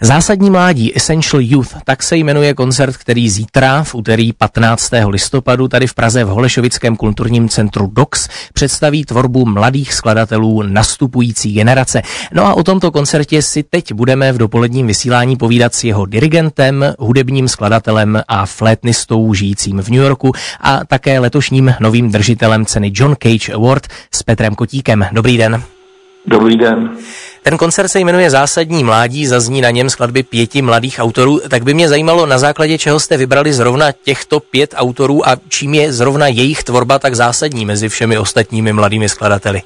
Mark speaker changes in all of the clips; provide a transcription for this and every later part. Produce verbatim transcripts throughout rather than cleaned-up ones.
Speaker 1: Zásadní mládí, Essential Youth, tak se jmenuje koncert, který zítra v úterý patnáctého listopadu tady v Praze v Holešovickém kulturním centru D O X představí tvorbu mladých skladatelů nastupující generace. No a o tomto koncertě si teď budeme v dopoledním vysílání povídat s jeho dirigentem, hudebním skladatelem a flétnistou žijícím v New Yorku a také letošním novým držitelem ceny John Cage Award s Petrem Kotíkem. Dobrý den.
Speaker 2: Dobrý den.
Speaker 1: Ten koncert se jmenuje Zásadní mládí, zazní na něm skladby pěti mladých autorů, tak by mě zajímalo, na základě čeho jste vybrali zrovna těchto pět autorů a čím je zrovna jejich tvorba tak zásadní mezi všemi ostatními mladými skladateli?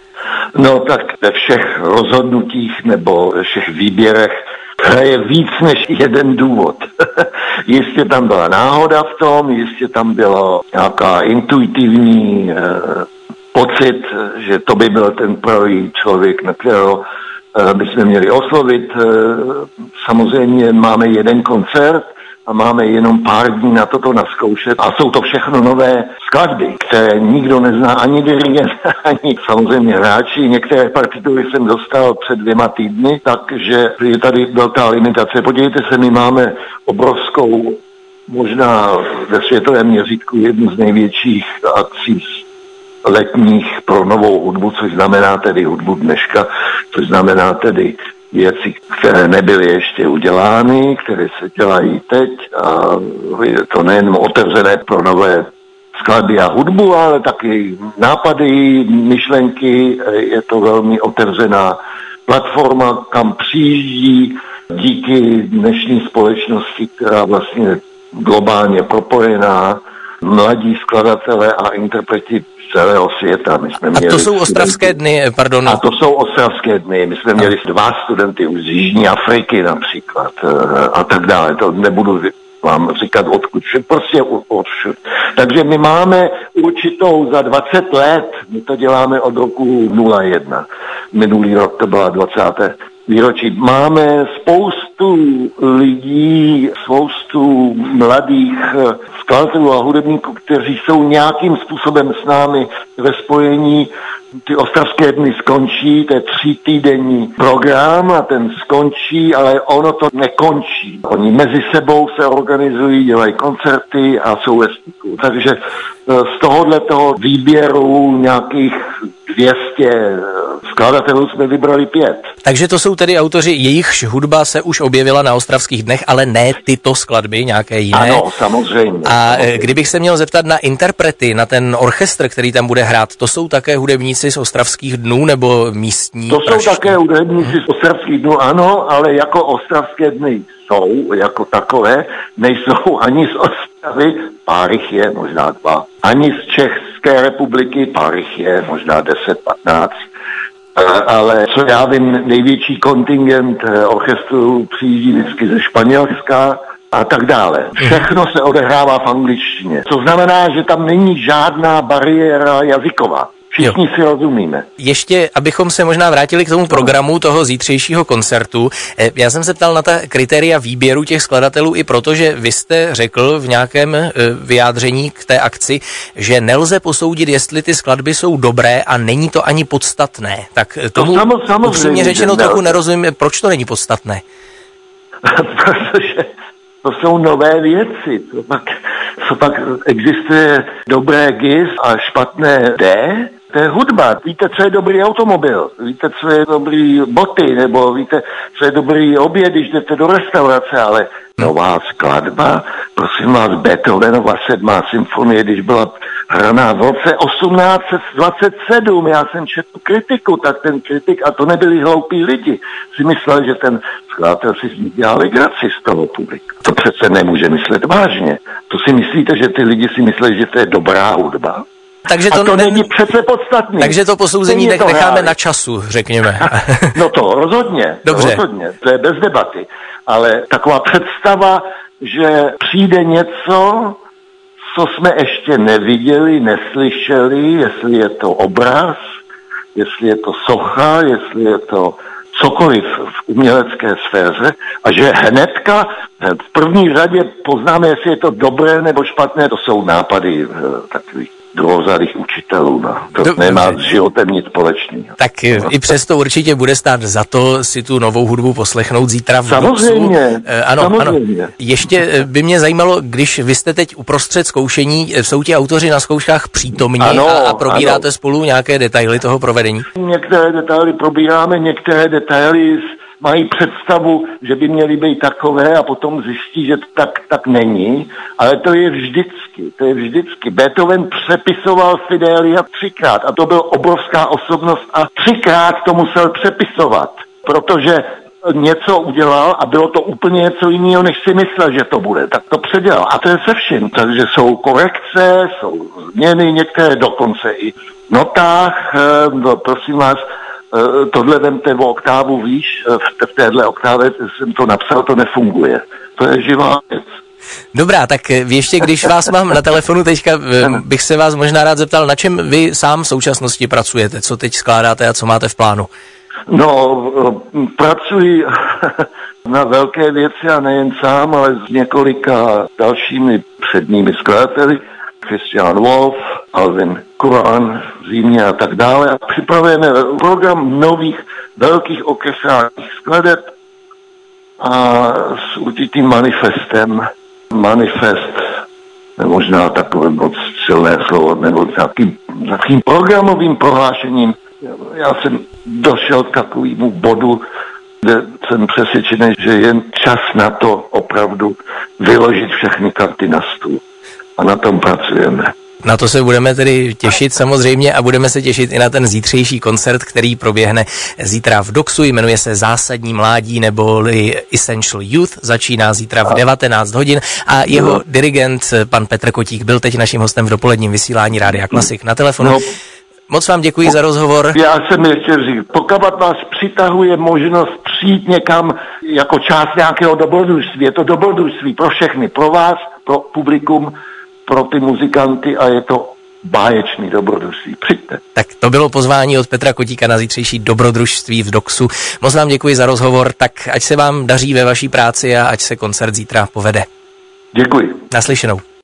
Speaker 2: No tak ve všech rozhodnutích nebo ve všech výběrech je víc než jeden důvod. Jistě tam byla náhoda v tom, jistě tam bylo nějaká intuitivní eh, pocit, že to by byl ten pravý člověk, na kterého bychom měli oslovit. Samozřejmě máme jeden koncert a máme jenom pár dní na toto naskoušet a jsou to všechno nové skladby, které nikdo nezná, ani dirigent, ani samozřejmě hráči. Některé partitury jsem dostal před dvěma týdny, takže je tady velká limitace. Podívejte se, my máme obrovskou, možná ve světovém měřítku jednu z největších akcí letních pro novou hudbu, což znamená tedy hudbu dneška, což znamená tedy věci, které nebyly ještě udělány, které se dělají teď a je to nejen otevřené pro nové skladby a hudbu, ale taky nápady, myšlenky, je to velmi otevřená platforma, kam přijíždí díky dnešní společnosti, která vlastně globálně propojená, mladí skladatelé a interpreti celého světa. My jsme
Speaker 1: a to jsou ostravské dny, pardon.
Speaker 2: A to jsou ostravské dny. My jsme měli dva studenty už z Jižní Afriky například a tak dále. To nebudu vám říkat odkud, prostě odšud. Takže my máme určitou za dvacet let, my to děláme od roku nula jedna. Minulý rok to byla dvacáté výročí. Máme spoustu lidí, spoustu mladých skladatelů a hudebníků, kteří jsou nějakým způsobem s námi ve spojení. Ty ostravské dny skončí, to je třítýdenní program a ten skončí, ale ono to nekončí. Oni mezi sebou se organizují, dělají koncerty a jsou ve styku. Takže z tohohle toho výběru nějakých dvě stě skladatelů jsme vybrali pět.
Speaker 1: Takže to jsou tedy autoři, jejichž hudba se už objevila na ostravských dnech, ale ne tyto skladby, nějaké jiné.
Speaker 2: Ano, samozřejmě.
Speaker 1: A
Speaker 2: samozřejmě.
Speaker 1: Kdybych se měl zeptat na interprety, na ten orchestr, který tam bude hrát, to jsou také hudebníci z ostravských dnů nebo místní?
Speaker 2: To
Speaker 1: praští?
Speaker 2: jsou také hudebníci z ostravských dnů, ano, ale jako ostravské dny jsou, jako takové, nejsou ani z Ostravy, pár jich je, možná dva, ani z České republiky, pár jich je, možná deset, patnáct. Ale co já vím, největší kontingent orchestru přijíždí vždycky ze Španělska a tak dále. Všechno se odehrává v angličtině. To znamená, že tam není žádná bariéra jazyková. Všichni si rozumíme.
Speaker 1: Ještě, abychom se možná vrátili k tomu programu toho zítřejšího koncertu. Já jsem se ptal na ta kritéria výběru těch skladatelů i proto, že vy jste řekl v nějakém vyjádření k té akci, že nelze posoudit, jestli ty skladby jsou dobré a není to ani podstatné. Tak tomu
Speaker 2: to
Speaker 1: upřímně řečeno trochu nerozumím, proč to není podstatné.
Speaker 2: Protože to jsou nové věci. Co pak, co pak existuje dobré G a špatné D? To je hudba. Víte, co je dobrý automobil? Víte, co je dobrý boty? Nebo víte, co je dobrý oběd, když jdete do restaurace? Ale nová skladba, prosím vás, Beethovenova sedmá symfonie, když byla hraná v roce osmnáct dvacet sedm, já jsem četl kritiku, tak ten kritik, a to nebyli hloupí lidi, si myslel, že ten skladatel si z nich dělal legraci z toho publika. To přece nemůže myslet vážně. To si myslíte, že ty lidi si myslí, že to je dobrá hudba?
Speaker 1: Takže to,
Speaker 2: a to
Speaker 1: ne...
Speaker 2: není přece podstatný.
Speaker 1: Takže to posouzení nech, necháme na času, řekněme.
Speaker 2: No to rozhodně,
Speaker 1: Dobře.
Speaker 2: To rozhodně, to je bez debaty. Ale taková představa, že přijde něco, co jsme ještě neviděli, neslyšeli, jestli je to obraz, jestli je to socha, jestli je to cokoliv v umělecké sféře a že hnedka v první řadě poznáme, jestli je to dobré nebo špatné, to jsou nápady takových druhozadých učitelů. No. To Do, nemá s životem nic společného.
Speaker 1: Tak no. I přesto určitě bude stát za to si tu novou hudbu poslechnout zítra v
Speaker 2: Samozřejmě.
Speaker 1: Doxu. E, ano, Samozřejmě. ano. Ještě by mě zajímalo, když vy jste teď uprostřed zkoušení, jsou ti autoři na zkouškách přítomní
Speaker 2: ano,
Speaker 1: a, a probíráte
Speaker 2: ano.
Speaker 1: spolu nějaké detaily toho provedení?
Speaker 2: Některé detaily probíráme, některé detaily mají představu, že by měly být takové a potom zjistí, že tak, tak není, ale to je vždycky, to je vždycky. Beethoven přepisoval Fidelia třikrát a to byl obrovská osobnost a třikrát to musel přepisovat, protože něco udělal a bylo to úplně něco jiného, než si myslel, že to bude. Tak to předělal. A to je se vším. Takže jsou korekce, jsou změny, některé dokonce i v notách. No, prosím vás, tohle vemte o oktávu výš, v téhle oktávě jsem to napsal, to nefunguje. To je živá věc.
Speaker 1: Dobrá, tak ještě když vás mám na telefonu teďka, bych se vás možná rád zeptal, na čem vy sám v současnosti pracujete, co teď skládáte a co máte v plánu?
Speaker 2: No, pracuji na velké věci a nejen sám, ale s několika dalšími předními skladateli. Christian Wolff, Alvin Kuran, Zímě a tak dále. A připravujeme program nových velkých orchestrálních skladeb a s určitým manifestem. Manifest, možná takové moc silné slovo, nebo nějakým, nějakým programovým prohlášením. Já jsem došel k takovému bodu, kde jsem přesvědčený, že je čas na to opravdu vyložit všechny karty na stůl. A na tom pracujeme.
Speaker 1: Na to se budeme tedy těšit samozřejmě a budeme se těšit i na ten zítřejší koncert, který proběhne zítra v Doxu, jmenuje se Zásadní mládí neboli Essential Youth, začíná zítra v devatenáct hodin a jeho no. dirigent, pan Petr Kotík, byl teď naším hostem v dopoledním vysílání Rádia Klasik na telefonu. No. Moc vám děkuji za rozhovor.
Speaker 2: Já jsem ještě říct, pokud vás přitahuje možnost přijít někam jako část nějakého dobrodružství, je to dobrodružství pro všechny, pro vás, pro publikum, pro ty muzikanty a je to báječný dobrodružství. Přijďte.
Speaker 1: Tak to bylo pozvání od Petra Kotíka na zítřejší dobrodružství v Doxu. Moc vám děkuji za rozhovor, tak ať se vám daří ve vaší práci a ať se koncert zítra povede.
Speaker 2: Děkuji.
Speaker 1: Naslyšenou.